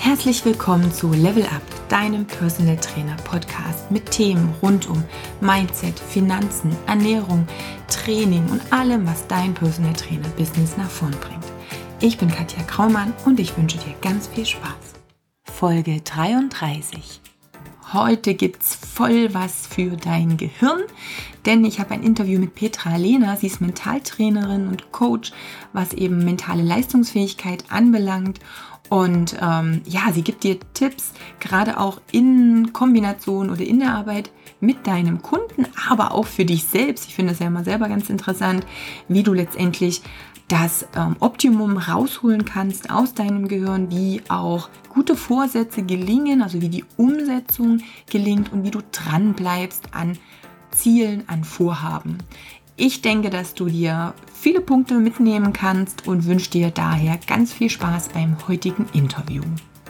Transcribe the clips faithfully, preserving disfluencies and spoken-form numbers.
Herzlich willkommen zu Level Up, deinem Personal Trainer Podcast mit Themen rund um Mindset, Finanzen, Ernährung, Training und allem, was dein Personal Trainer Business nach vorn bringt. Ich bin Katja Kraumann und ich wünsche dir ganz viel Spaß. Folge dreiunddreißig. Heute gibt's voll was für dein Gehirn, denn ich habe ein Interview mit Petra Lehner. Sie ist Mentaltrainerin und Coach, was eben mentale Leistungsfähigkeit anbelangt. Und ähm, ja, sie gibt dir Tipps, gerade auch in Kombination oder in der Arbeit mit deinem Kunden, aber auch für dich selbst. Ich finde das ja immer selber ganz interessant, wie du letztendlich das ähm, Optimum rausholen kannst aus deinem Gehirn, wie auch gute Vorsätze gelingen, also wie die Umsetzung gelingt und wie du dran bleibst an Zielen, an Vorhaben. Ich denke, dass du dir viele Punkte mitnehmen kannst und wünsche dir daher ganz viel Spaß beim heutigen Interview.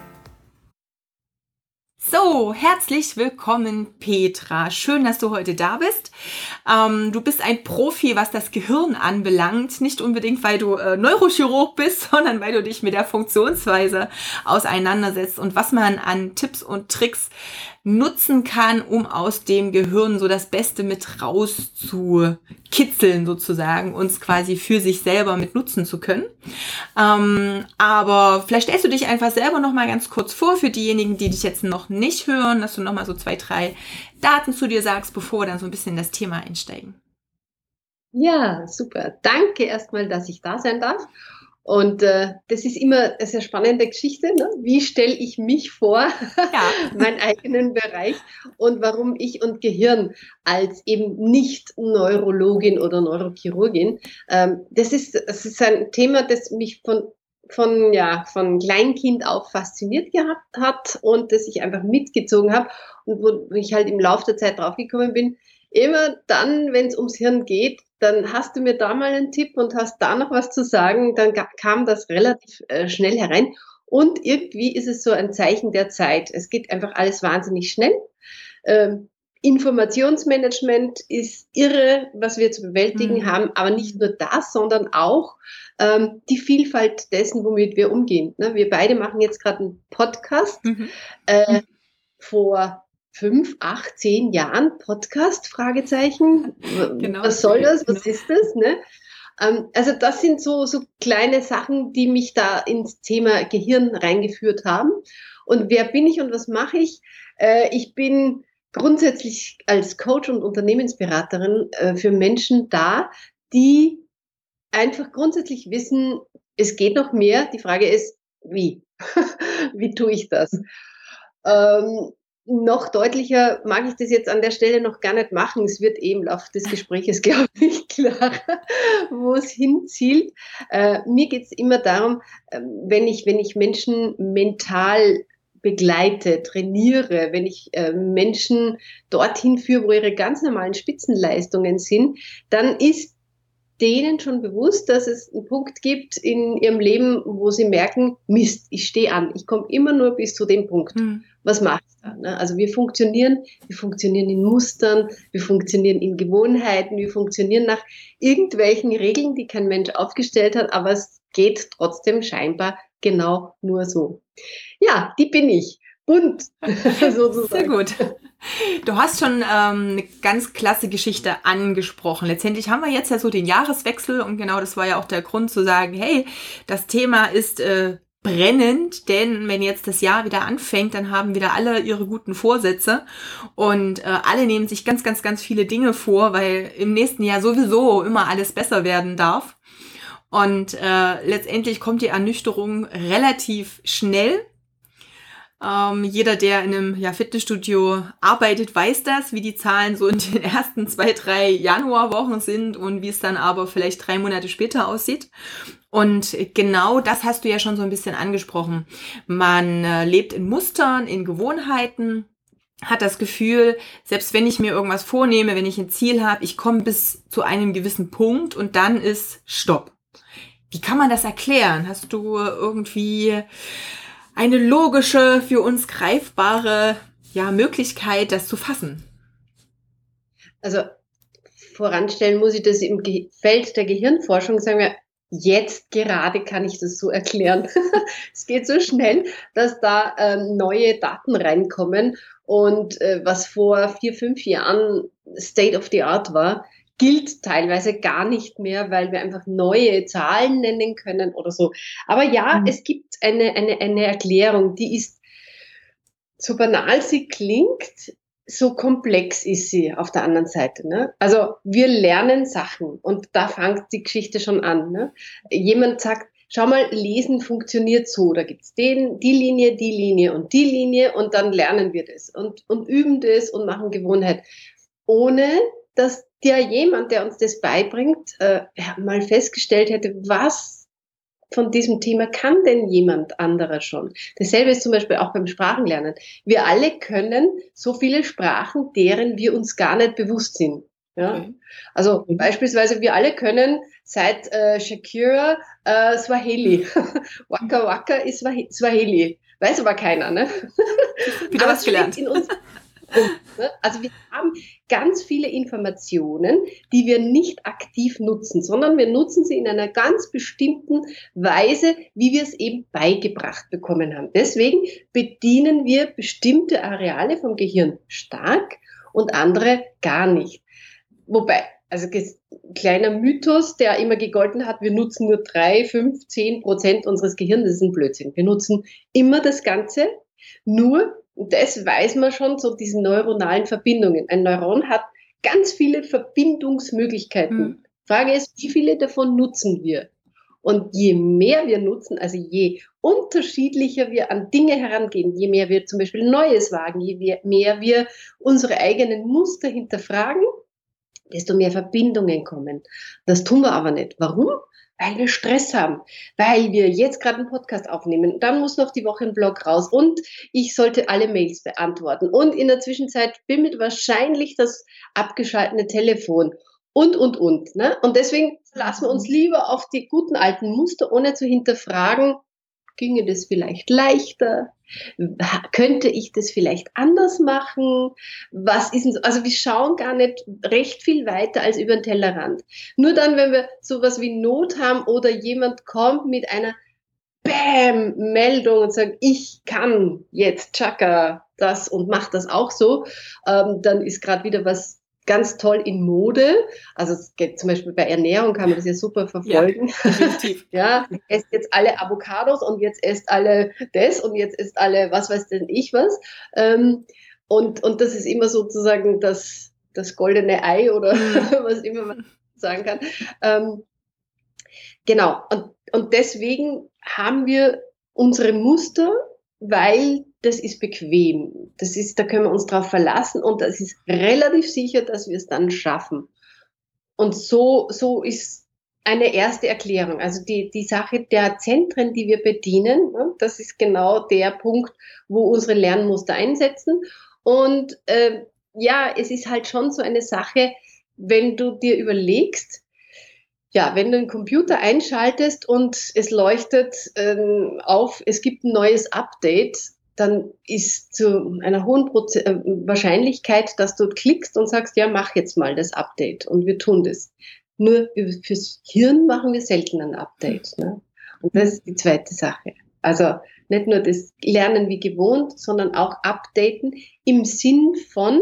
So, herzlich willkommen, Petra. Schön, dass du heute da bist. Ähm, du bist ein Profi, was das Gehirn anbelangt. Nicht unbedingt, weil du äh, Neurochirurg bist, sondern weil du dich mit der Funktionsweise auseinandersetzt und was man an Tipps und Tricks nutzen kann, um aus dem Gehirn so das Beste mit rauszukitzeln sozusagen, uns quasi für sich selber mit nutzen zu können. Ähm, aber vielleicht stellst du dich einfach selber noch mal ganz kurz vor für diejenigen, die dich jetzt noch nicht hören, dass du noch mal so zwei, drei Daten zu dir sagst, bevor wir dann so ein bisschen in das Thema einsteigen. Ja, super. Danke erstmal, dass ich da sein darf. Und äh, das ist immer eine sehr spannende Geschichte. Ne? Wie stelle ich mich vor, ja. meinen eigenen Bereich und warum ich und Gehirn als eben nicht Neurologin oder Neurochirurgin. Ähm, das ist, das ist ein Thema, das mich von von ja von Kleinkind auf fasziniert gehabt hat und das ich einfach mitgezogen habe und wo ich halt im Laufe der Zeit draufgekommen bin, immer dann, wenn es ums Hirn geht, dann hast du mir da mal einen Tipp und hast da noch was zu sagen, dann kam das relativ äh, schnell herein. Und irgendwie ist es so ein Zeichen der Zeit. Es geht einfach alles wahnsinnig schnell. Ähm, Informationsmanagement ist irre, was wir zu bewältigen mhm. haben, aber nicht nur das, sondern auch ähm, die Vielfalt dessen, womit wir umgehen. Ne? Wir beide machen jetzt gerade einen Podcast. Mhm. Äh, vor fünf, acht, zehn Jahren Podcast, Fragezeichen. Genau. Was soll das? Was genau. ist das? Ne? Ähm, also das sind so, so kleine Sachen, die mich da ins Thema Gehirn reingeführt haben. Und wer bin ich und was mache ich? Äh, ich bin grundsätzlich als Coach und Unternehmensberaterin äh, für Menschen da, die einfach grundsätzlich wissen, es geht noch mehr. Die Frage ist, wie? Wie tue ich das? Ähm, noch deutlicher mag ich das jetzt an der Stelle noch gar nicht machen. Es wird eben im Laufe des Gesprächs, glaube ich, klar, wo es hinzielt. Äh, mir geht es immer darum, äh, wenn ich, wenn ich Menschen mental begleite, trainiere, wenn ich äh, Menschen dorthin führe, wo ihre ganz normalen Spitzenleistungen sind, dann ist denen schon bewusst, dass es einen Punkt gibt in ihrem Leben, wo sie merken, Mist, ich stehe an, ich komme immer nur bis zu dem Punkt. Hm. Was mache ich da? Ne? Also wir funktionieren, wir funktionieren in Mustern, wir funktionieren in Gewohnheiten, wir funktionieren nach irgendwelchen Regeln, die kein Mensch aufgestellt hat, aber es geht trotzdem scheinbar genau nur so. Ja, die bin ich. Bunt, sozusagen. Sehr gut. Du hast schon ähm, eine ganz klasse Geschichte angesprochen. Letztendlich haben wir jetzt ja so den Jahreswechsel und genau das war ja auch der Grund zu sagen, hey, das Thema ist äh, brennend, denn wenn jetzt das Jahr wieder anfängt, dann haben wieder alle ihre guten Vorsätze und äh, alle nehmen sich ganz, ganz, ganz viele Dinge vor, weil im nächsten Jahr sowieso immer alles besser werden darf. Und äh, letztendlich kommt die Ernüchterung relativ schnell. Ähm, jeder, der in einem ja, Fitnessstudio arbeitet, weiß das, wie die Zahlen so in den ersten zwei, drei Januarwochen sind und wie es dann aber vielleicht drei Monate später aussieht. Und genau das hast du ja schon so ein bisschen angesprochen. Man äh, lebt in Mustern, in Gewohnheiten, hat das Gefühl, selbst wenn ich mir irgendwas vornehme, wenn ich ein Ziel habe, ich komme bis zu einem gewissen Punkt und dann ist Stopp. Wie kann man das erklären? Hast du irgendwie eine logische, für uns greifbare ja, Möglichkeit, das zu fassen? Also voranstellen muss ich das im Ge- Feld der Gehirnforschung, sagen wir, jetzt gerade kann ich das so erklären. Es geht so schnell, dass da ähm, neue Daten reinkommen und äh, was vor vier, fünf Jahren State of the Art war, gilt teilweise gar nicht mehr, weil wir einfach neue Zahlen nennen können oder so. Aber ja, mhm. es gibt eine, eine, eine Erklärung, die ist, so banal sie klingt, so komplex ist sie auf der anderen Seite. Ne? Also wir lernen Sachen und da fängt die Geschichte schon an. Ne? Jemand sagt, schau mal, Lesen funktioniert so, da gibt's den, die Linie, die Linie und die Linie und dann lernen wir das und, und üben das und machen Gewohnheit, ohne dass der jemand, der uns das beibringt, äh, mal festgestellt hätte, was von diesem Thema kann denn jemand anderer schon? Dasselbe ist zum Beispiel auch beim Sprachenlernen. Wir alle können so viele Sprachen, deren wir uns gar nicht bewusst sind. Ja? Okay. Also mhm. beispielsweise wir alle können seit äh, Shakira äh, Swahili. Waka Waka ist Swahili. Weiß aber keiner, ne? Wieder was gelernt. In uns. Also wir haben ganz viele Informationen, die wir nicht aktiv nutzen, sondern wir nutzen sie in einer ganz bestimmten Weise, wie wir es eben beigebracht bekommen haben. Deswegen bedienen wir bestimmte Areale vom Gehirn stark und andere gar nicht. Wobei, also kleiner Mythos, der immer gegolten hat, wir nutzen nur drei, fünf, zehn Prozent unseres Gehirns, das ist ein Blödsinn. Wir nutzen immer das Ganze, nur und das weiß man schon, so diese neuronalen Verbindungen. Ein Neuron hat ganz viele Verbindungsmöglichkeiten. Mhm. Frage ist, wie viele davon nutzen wir? Und je mehr wir nutzen, also je unterschiedlicher wir an Dinge herangehen, je mehr wir zum Beispiel Neues wagen, je mehr wir unsere eigenen Muster hinterfragen, desto mehr Verbindungen kommen. Das tun wir aber nicht. Warum? Weil wir Stress haben, weil wir jetzt gerade einen Podcast aufnehmen, dann muss noch die Woche ein Blog raus und ich sollte alle Mails beantworten und in der Zwischenzeit bimmelt wahrscheinlich das abgeschaltete Telefon und, und, und. Ne? Und deswegen lassen wir uns lieber auf die guten alten Muster, ohne zu hinterfragen, ginge das vielleicht leichter? Könnte ich das vielleicht anders machen? Was ist denn so? Also wir schauen gar nicht recht viel weiter als über den Tellerrand. Nur dann, wenn wir sowas wie Not haben oder jemand kommt mit einer Bam-Meldung und sagt, ich kann jetzt Chaka das und mach das auch so, ähm, dann ist gerade wieder was ganz toll in Mode. Also es geht zum Beispiel bei Ernährung, kann man das ja super verfolgen. Ja, definitiv. Ja, esst jetzt alle Avocados und jetzt esst alle das und jetzt esst alle was weiß denn ich was. Ähm, und, und das ist immer sozusagen das, das goldene Ei oder was immer man sagen kann. Ähm, genau. Und, und deswegen haben wir unsere Muster, weil das ist bequem. Das ist, da können wir uns drauf verlassen und das ist relativ sicher, dass wir es dann schaffen. Und so, so ist eine erste Erklärung. Also die, die Sache der Zentren, die wir bedienen, ne, das ist genau der Punkt, wo unsere Lernmuster einsetzen. Und äh, ja, es ist halt schon so eine Sache, wenn du dir überlegst, ja, wenn du einen Computer einschaltest und es leuchtet ähm, auf, es gibt ein neues Update, dann ist zu einer hohen Proze- äh, Wahrscheinlichkeit, dass du klickst und sagst, ja, mach jetzt mal das Update und wir tun das. Nur fürs Hirn machen wir selten ein Update. Ne? Und das ist die zweite Sache. Also nicht nur das Lernen wie gewohnt, sondern auch updaten im Sinn von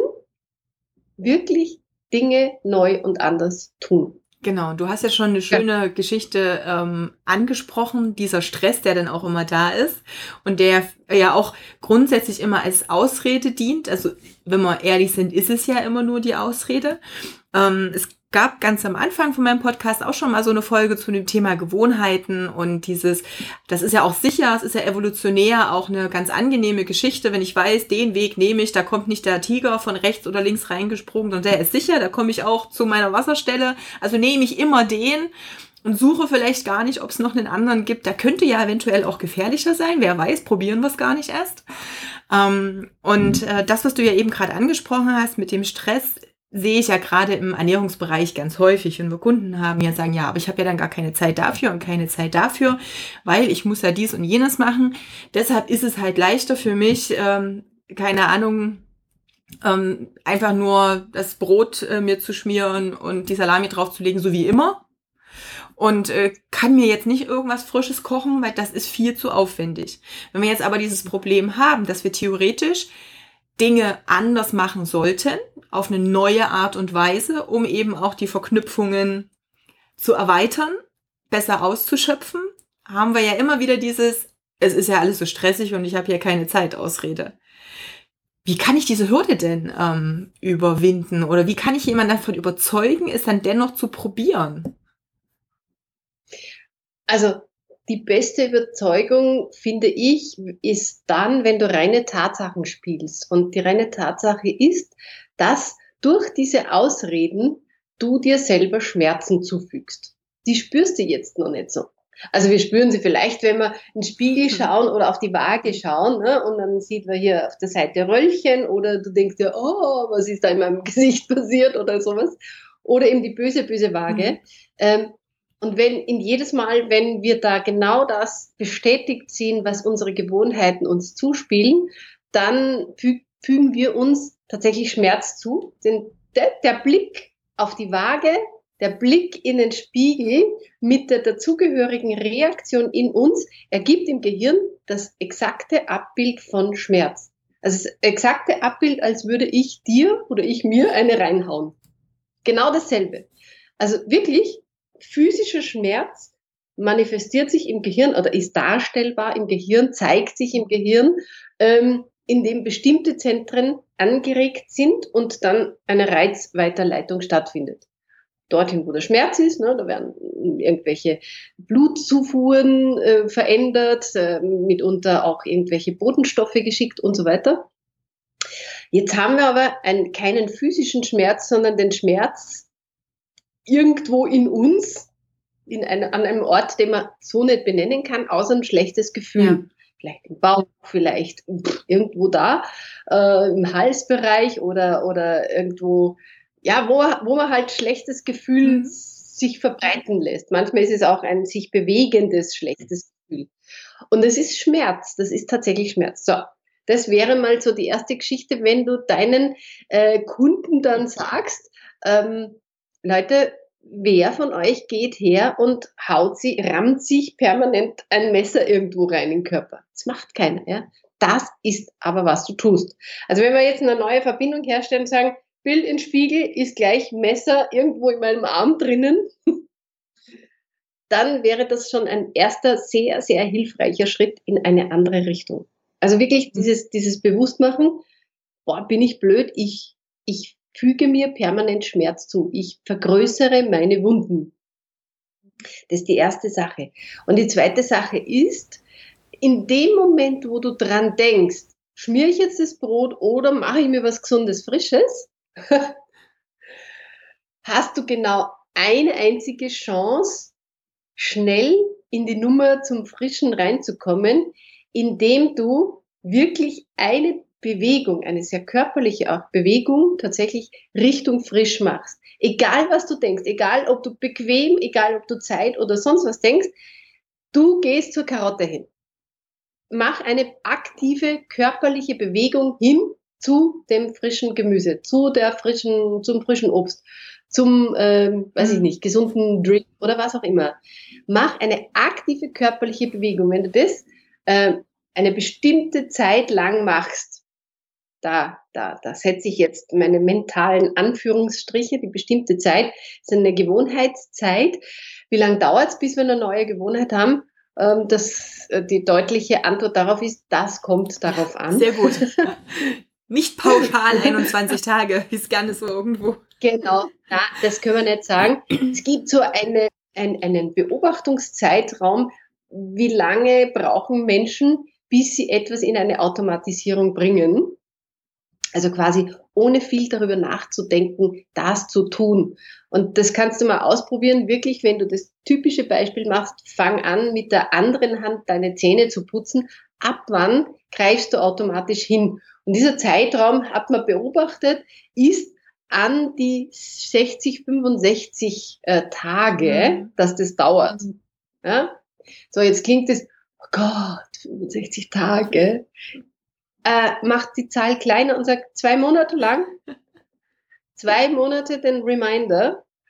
wirklich Dinge neu und anders tun. Genau, du hast ja schon eine schöne ja. Geschichte ähm, angesprochen, dieser Stress, der dann auch immer da ist und der ja auch grundsätzlich immer als Ausrede dient. Also wenn wir ehrlich sind, ist es ja immer nur die Ausrede. Ähm, es gab ganz am Anfang von meinem Podcast auch schon mal so eine Folge zu dem Thema Gewohnheiten und dieses, das ist ja auch sicher, es ist ja evolutionär auch eine ganz angenehme Geschichte, wenn ich weiß, den Weg nehme ich, da kommt nicht der Tiger von rechts oder links reingesprungen, sondern der ist sicher, da komme ich auch zu meiner Wasserstelle, also nehme ich immer den und suche vielleicht gar nicht, ob es noch einen anderen gibt, der könnte ja eventuell auch gefährlicher sein, wer weiß, probieren wir es gar nicht erst. Ähm, und äh, das, was du ja eben gerade angesprochen hast mit dem Stress, sehe ich ja gerade im Ernährungsbereich ganz häufig, wenn wir Kunden haben, ja sagen, ja, aber ich habe ja dann gar keine Zeit dafür und keine Zeit dafür, weil ich muss ja dies und jenes machen. Deshalb ist es halt leichter für mich, ähm, keine Ahnung, ähm, einfach nur das Brot äh, mir zu schmieren und die Salami draufzulegen, so wie immer. und äh, kann mir jetzt nicht irgendwas Frisches kochen, weil das ist viel zu aufwendig. Wenn wir jetzt aber dieses Problem haben, dass wir theoretisch Dinge anders machen sollten, auf eine neue Art und Weise, um eben auch die Verknüpfungen zu erweitern, besser auszuschöpfen, haben wir ja immer wieder dieses, es ist ja alles so stressig und ich habe hier keine Zeit, Ausrede. Wie kann ich diese Hürde denn ähm, überwinden? Oder wie kann ich jemanden davon überzeugen, es dann dennoch zu probieren? Also die beste Überzeugung, finde ich, ist dann, wenn du reine Tatsachen spielst. Und die reine Tatsache ist, dass durch diese Ausreden du dir selber Schmerzen zufügst. Die spürst du jetzt noch nicht so. Also wir spüren sie vielleicht, wenn wir in den Spiegel schauen oder auf die Waage schauen, ne? Und dann sieht man hier auf der Seite Röllchen oder du denkst dir, oh, was ist da in meinem Gesicht passiert oder sowas. Oder eben die böse, böse Waage. Mhm. Ähm, Und wenn in jedes Mal, wenn wir da genau das bestätigt sehen, was unsere Gewohnheiten uns zuspielen, dann fü- fügen wir uns tatsächlich Schmerz zu. Denn der, der Blick auf die Waage, der Blick in den Spiegel mit der dazugehörigen Reaktion in uns ergibt im Gehirn das exakte Abbild von Schmerz. Also das exakte Abbild, als würde ich dir oder ich mir eine reinhauen. Genau dasselbe. Also wirklich, physischer Schmerz manifestiert sich im Gehirn oder ist darstellbar im Gehirn, zeigt sich im Gehirn, ähm, in dem bestimmte Zentren angeregt sind und dann eine Reizweiterleitung stattfindet. Dorthin, wo der Schmerz ist, ne, da werden irgendwelche Blutzufuhren äh, verändert, äh, mitunter auch irgendwelche Botenstoffe geschickt und so weiter. Jetzt haben wir aber einen, keinen physischen Schmerz, sondern den Schmerz irgendwo in uns, in einem, an einem Ort, den man so nicht benennen kann, außer ein schlechtes Gefühl. Ja. Vielleicht im Bauch, vielleicht pff, irgendwo da, äh, im Halsbereich oder, oder irgendwo, ja, wo, wo man halt schlechtes Gefühl mhm. sich verbreiten lässt. Manchmal ist es auch ein sich bewegendes schlechtes Gefühl. Und es ist Schmerz, das ist tatsächlich Schmerz. So, das wäre mal so die erste Geschichte, wenn du deinen äh, Kunden dann sagst, ähm, Leute, wer von euch geht her und haut sie, rammt sich permanent ein Messer irgendwo rein in den Körper? Das macht keiner, ja. Das ist aber, was du tust. Also wenn wir jetzt eine neue Verbindung herstellen und sagen, Bild in Spiegel ist gleich Messer irgendwo in meinem Arm drinnen, dann wäre das schon ein erster sehr, sehr hilfreicher Schritt in eine andere Richtung. Also wirklich dieses, dieses Bewusstmachen, boah, bin ich blöd, ich, ich füge mir permanent Schmerz zu. Ich vergrößere meine Wunden. Das ist die erste Sache. Und die zweite Sache ist, in dem Moment, wo du dran denkst, schmiere ich jetzt das Brot oder mache ich mir was Gesundes, Frisches, hast du genau eine einzige Chance, schnell in die Nummer zum Frischen reinzukommen, indem du wirklich eine Bewegung, eine sehr körperliche auch Bewegung tatsächlich Richtung frisch machst. Egal was du denkst, egal ob du bequem, egal ob du Zeit oder sonst was denkst, du gehst zur Karotte hin. Mach eine aktive körperliche Bewegung hin zu dem frischen Gemüse, zu der frischen, zum frischen Obst, zum, ähm, weiß ich nicht, gesunden Drink oder was auch immer. Mach eine aktive körperliche Bewegung. Wenn du das äh, eine bestimmte Zeit lang machst, da, da, da setze ich jetzt meine mentalen Anführungsstriche, die bestimmte Zeit, ist eine Gewohnheitszeit. Wie lange dauert es, bis wir eine neue Gewohnheit haben? Ähm, das, die deutliche Antwort darauf ist, das kommt darauf an. Sehr gut. Nicht pauschal einundzwanzig Tage, ist gerne so irgendwo. Genau, na, das können wir nicht sagen. Es gibt so eine, ein, einen Beobachtungszeitraum, wie lange brauchen Menschen, bis sie etwas in eine Automatisierung bringen. Also quasi ohne viel darüber nachzudenken, das zu tun. Und das kannst du mal ausprobieren, wirklich, wenn du das typische Beispiel machst, fang an, mit der anderen Hand deine Zähne zu putzen. Ab wann greifst du automatisch hin? Und dieser Zeitraum, hat man beobachtet, ist an die sechzig, fünfundsechzig äh, Tage, mhm. dass das dauert. Ja? So, jetzt klingt es, oh Gott, fünfundsechzig Tage. Äh, macht die Zahl kleiner und sagt zwei Monate lang, zwei Monate den Reminder,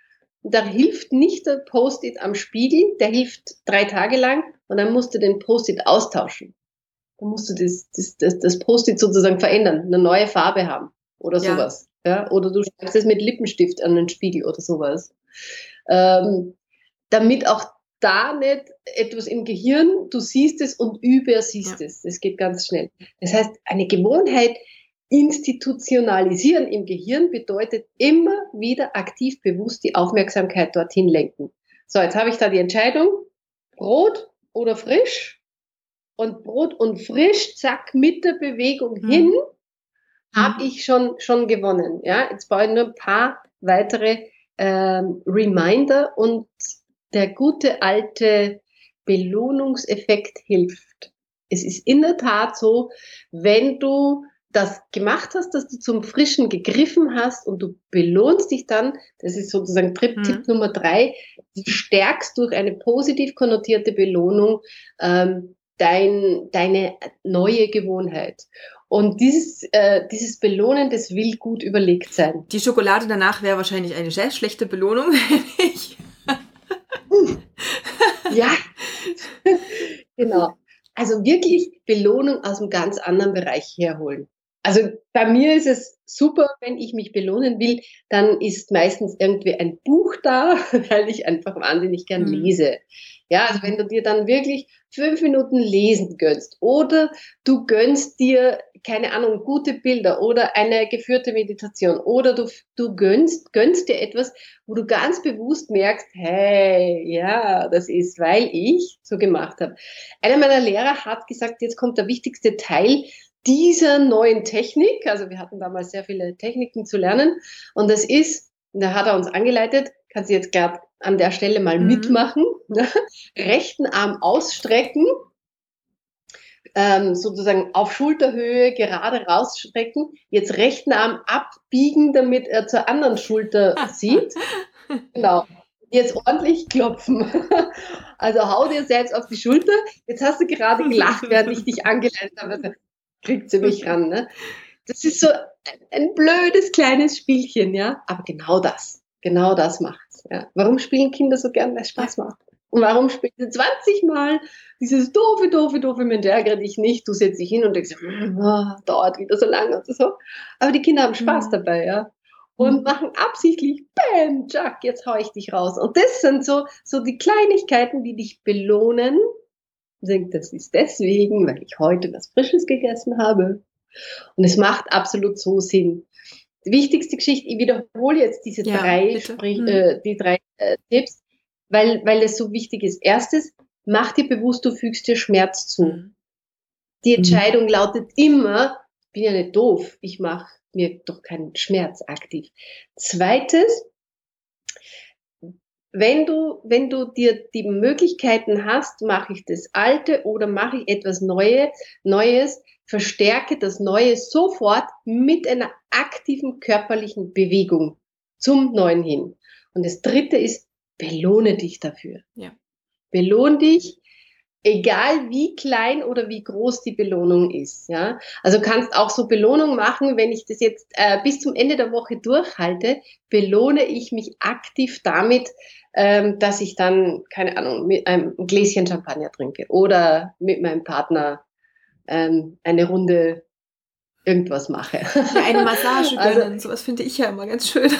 da hilft nicht der Post-it am Spiegel, der hilft drei Tage lang und dann musst du den Post-it austauschen. Dann musst du das, das, das, das Post-it sozusagen verändern, eine neue Farbe haben oder Ja. sowas. Ja? Oder du schreibst es mit Lippenstift an den Spiegel oder sowas. Ähm, damit auch da nicht etwas im Gehirn, du siehst es und übersiehst ja. es. Das geht ganz schnell. Das heißt, eine Gewohnheit institutionalisieren im Gehirn bedeutet immer wieder aktiv bewusst die Aufmerksamkeit dorthin lenken. So, jetzt habe ich da die Entscheidung, Brot oder frisch. Und Brot und frisch, zack, mit der Bewegung mhm. hin, habe ich schon, schon gewonnen. Ja, jetzt brauche ich nur ein paar weitere ähm, Reminder und der gute alte Belohnungseffekt hilft. Es ist in der Tat so, wenn du das gemacht hast, dass du zum Frischen gegriffen hast und du belohnst dich dann, das ist sozusagen Tipp, mhm. Tipp Nummer drei, du stärkst durch eine positiv konnotierte Belohnung ähm, dein, deine neue Gewohnheit. Und dieses, äh, dieses Belohnen, das will gut überlegt sein. Die Schokolade danach wäre wahrscheinlich eine sehr schlechte Belohnung, wenn ich... Ja, genau. Also wirklich Belohnung aus einem ganz anderen Bereich herholen. Also bei mir ist es super, wenn ich mich belohnen will, dann ist meistens irgendwie ein Buch da, weil ich einfach wahnsinnig gern lese. Ja, also wenn du dir dann wirklich fünf Minuten lesen gönnst oder du gönnst dir, keine Ahnung, gute Bilder oder eine geführte Meditation oder du, du gönnst, gönnst dir etwas, wo du ganz bewusst merkst, hey, ja, das ist, weil ich so gemacht habe. Einer meiner Lehrer hat gesagt, jetzt kommt der wichtigste Teil dieser neuen Technik. Also wir hatten damals sehr viele Techniken zu lernen und das ist, da hat er uns angeleitet, kannst du jetzt gerade an der Stelle mal mhm. mitmachen, ne? Rechten Arm ausstrecken, ähm, sozusagen auf Schulterhöhe gerade rausstrecken, jetzt rechten Arm abbiegen, damit er zur anderen Schulter sieht. Genau. Jetzt ordentlich klopfen. Also hau dir selbst auf die Schulter. Jetzt hast du gerade gelacht, während ich dich angeleitet habe. Kriegt sie mich ran, ne? Das ist so ein, ein blödes kleines Spielchen, ja. Aber genau das, genau das macht's. Ja. Warum spielen Kinder so gern, weil es Spaß macht? Und warum spielen sie zwanzig Mal dieses doofe, doofe, doofe, Mensch, ärgere dich nicht, du setzt dich hin und denkst, oh, dauert wieder so lange und so. Aber die Kinder haben Spaß mhm. dabei, ja. Und machen absichtlich, bam, Jack, jetzt hau ich dich raus. Und das sind so, so die Kleinigkeiten, die dich belohnen. Ich denke, das ist deswegen, weil ich heute was Frisches gegessen habe. Und es macht absolut so Sinn. Die wichtigste Geschichte, ich wiederhole jetzt diese ja, drei, sprich, hm. äh, die drei äh, Tipps, weil, weil es so wichtig ist. Erstes, mach dir bewusst, du fügst dir Schmerz zu. Hm. Die Entscheidung hm. lautet immer, ich bin ja nicht doof, ich mache mir doch keinen Schmerz aktiv. Zweites, wenn du, wenn du dir die Möglichkeiten hast, mache ich das Alte oder mache ich etwas Neues, Neues, verstärke das Neue sofort mit einer aktiven körperlichen Bewegung zum Neuen hin. Und das Dritte ist, belohne dich dafür. Ja. Belohne dich, egal wie klein oder wie groß die Belohnung ist. Ja? Also kannst auch so Belohnung machen, wenn ich das jetzt äh, bis zum Ende der Woche durchhalte, belohne ich mich aktiv damit, ähm, dass ich dann, keine Ahnung, mit einem Gläschen Champagner trinke oder mit meinem Partner ähm, eine Runde irgendwas mache. Ja, eine Massage gönnen, also, sowas finde ich ja immer ganz schön.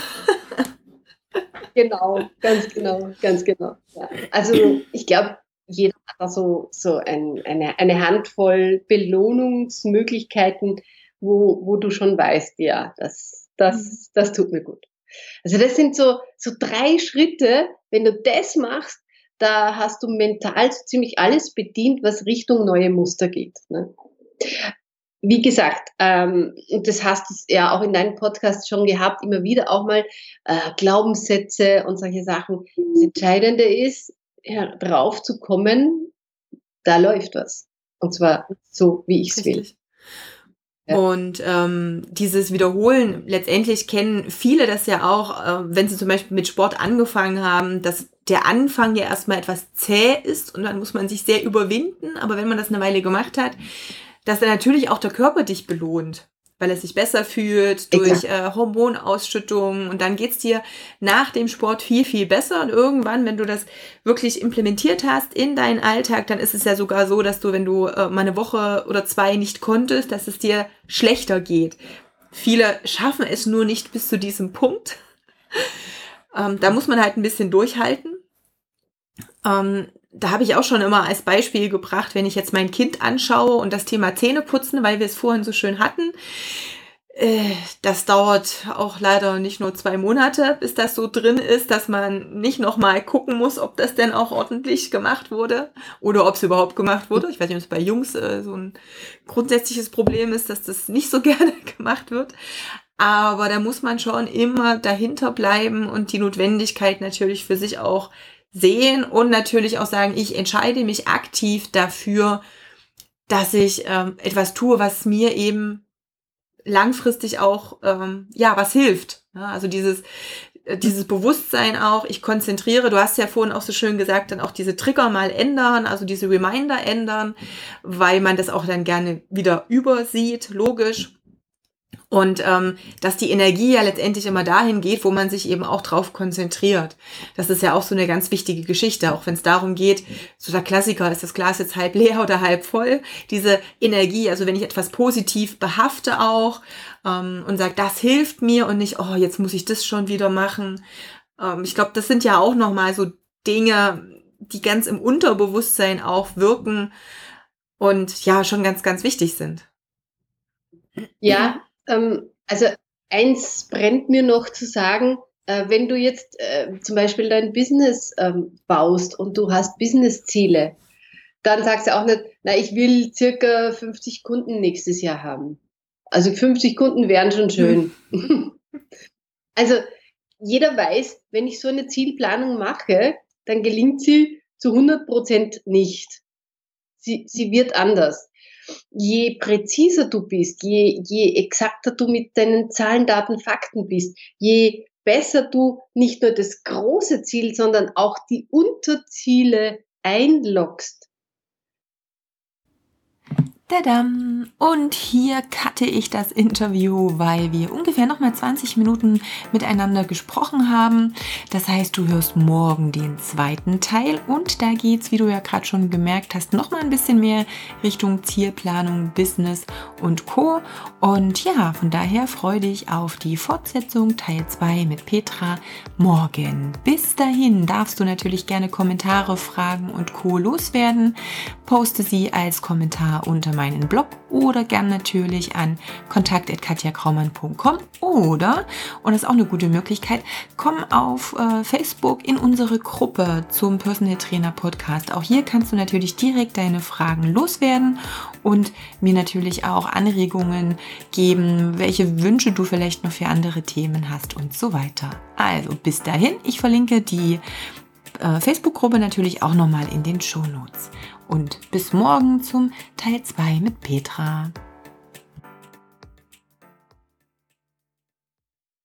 Genau, ganz genau, ganz genau. Ja. Also ich glaube, jeder hat da so, so ein, eine, eine Handvoll Belohnungsmöglichkeiten, wo, wo du schon weißt, ja, das, das, das tut mir gut. Also das sind so, so drei Schritte, wenn du das machst, da hast du mental so ziemlich alles bedient, was Richtung neue Muster geht. Ne? Wie gesagt, ähm, und das hast du ja auch in deinem Podcast schon gehabt, immer wieder auch mal äh, Glaubenssätze und solche Sachen. Das Entscheidende ist, ja, drauf zu kommen, da läuft was. Und zwar so, wie ich es will. Ja. Und ähm, dieses Wiederholen, letztendlich kennen viele das ja auch, äh, wenn sie zum Beispiel mit Sport angefangen haben, dass der Anfang ja erstmal etwas zäh ist und dann muss man sich sehr überwinden. Aber wenn man das eine Weile gemacht hat, dass dann natürlich auch der Körper dich belohnt. weil er sich besser fühlt, durch äh, Hormonausschüttung und dann geht's dir nach dem Sport viel, viel besser und irgendwann, wenn du das wirklich implementiert hast in deinen Alltag, dann ist es ja sogar so, dass du, wenn du äh, mal eine Woche oder zwei nicht konntest, dass es dir schlechter geht. Viele schaffen es nur nicht bis zu diesem Punkt. ähm, da muss man halt ein bisschen durchhalten. Ähm, da habe ich auch schon immer als Beispiel gebracht, wenn ich jetzt mein Kind anschaue und das Thema Zähneputzen, weil wir es vorhin so schön hatten, äh, das dauert auch leider nicht nur zwei Monate, bis das so drin ist, dass man nicht nochmal gucken muss, ob das denn auch ordentlich gemacht wurde oder ob es überhaupt gemacht wurde. Ich weiß nicht, ob es bei Jungs äh, so ein grundsätzliches Problem ist, dass das nicht so gerne gemacht wird. Aber da muss man schon immer dahinter bleiben und die Notwendigkeit natürlich für sich auch sehen und natürlich auch sagen, ich entscheide mich aktiv dafür, dass ich ähm, etwas tue, was mir eben langfristig auch ähm, ja was hilft. Ja, also dieses äh, dieses Bewusstsein auch, ich konzentriere, du hast ja vorhin auch so schön gesagt, dann auch diese Trigger mal ändern, also diese Reminder ändern, weil man das auch dann gerne wieder übersieht, logisch. Und ähm, dass die Energie ja letztendlich immer dahin geht, wo man sich eben auch drauf konzentriert. Das ist ja auch so eine ganz wichtige Geschichte, auch wenn es darum geht, so der Klassiker, ist das Glas jetzt halb leer oder halb voll? Diese Energie, also wenn ich etwas positiv behafte auch ähm, und sage, das hilft mir und nicht, oh, jetzt muss ich das schon wieder machen. Ähm, ich glaube, das sind ja auch nochmal so Dinge, die ganz im Unterbewusstsein auch wirken und ja, schon ganz, ganz wichtig sind. Ja, ähm, also eins brennt mir noch zu sagen, äh, wenn du jetzt äh, zum Beispiel dein Business ähm, baust und du hast Businessziele, dann sagst du auch nicht, na, ich will circa fünfzig Kunden nächstes Jahr haben. Also fünfzig Kunden wären schon schön. Also jeder weiß, wenn ich so eine Zielplanung mache, dann gelingt sie zu hundert Prozent nicht. Sie, sie wird anders. Je präziser du bist, je, je exakter du mit deinen Zahlen, Daten, Fakten bist, je besser du nicht nur das große Ziel, sondern auch die Unterziele einloggst. Tadam! Und hier cutte ich das Interview, weil wir ungefähr nochmal zwanzig Minuten miteinander gesprochen haben. Das heißt, du hörst morgen den zweiten Teil und da geht's, wie du ja gerade schon gemerkt hast, nochmal ein bisschen mehr Richtung Zielplanung, Business und Co. Und ja, von daher freue dich auf die Fortsetzung Teil zwei mit Petra morgen. Bis dahin darfst du natürlich gerne Kommentare, Fragen und Co. loswerden. Poste sie als Kommentar unter meinen Blog oder gern natürlich an kontakt at katja kraumann punkt com oder, und das ist auch eine gute Möglichkeit, komm auf äh, Facebook in unsere Gruppe zum Personal Trainer Podcast. Auch hier kannst du natürlich direkt deine Fragen loswerden und mir natürlich auch Anregungen geben, welche Wünsche du vielleicht noch für andere Themen hast und so weiter. Also bis dahin, ich verlinke die äh, Facebook-Gruppe natürlich auch nochmal in den Shownotes. Und bis morgen zum Teil zwei mit Petra.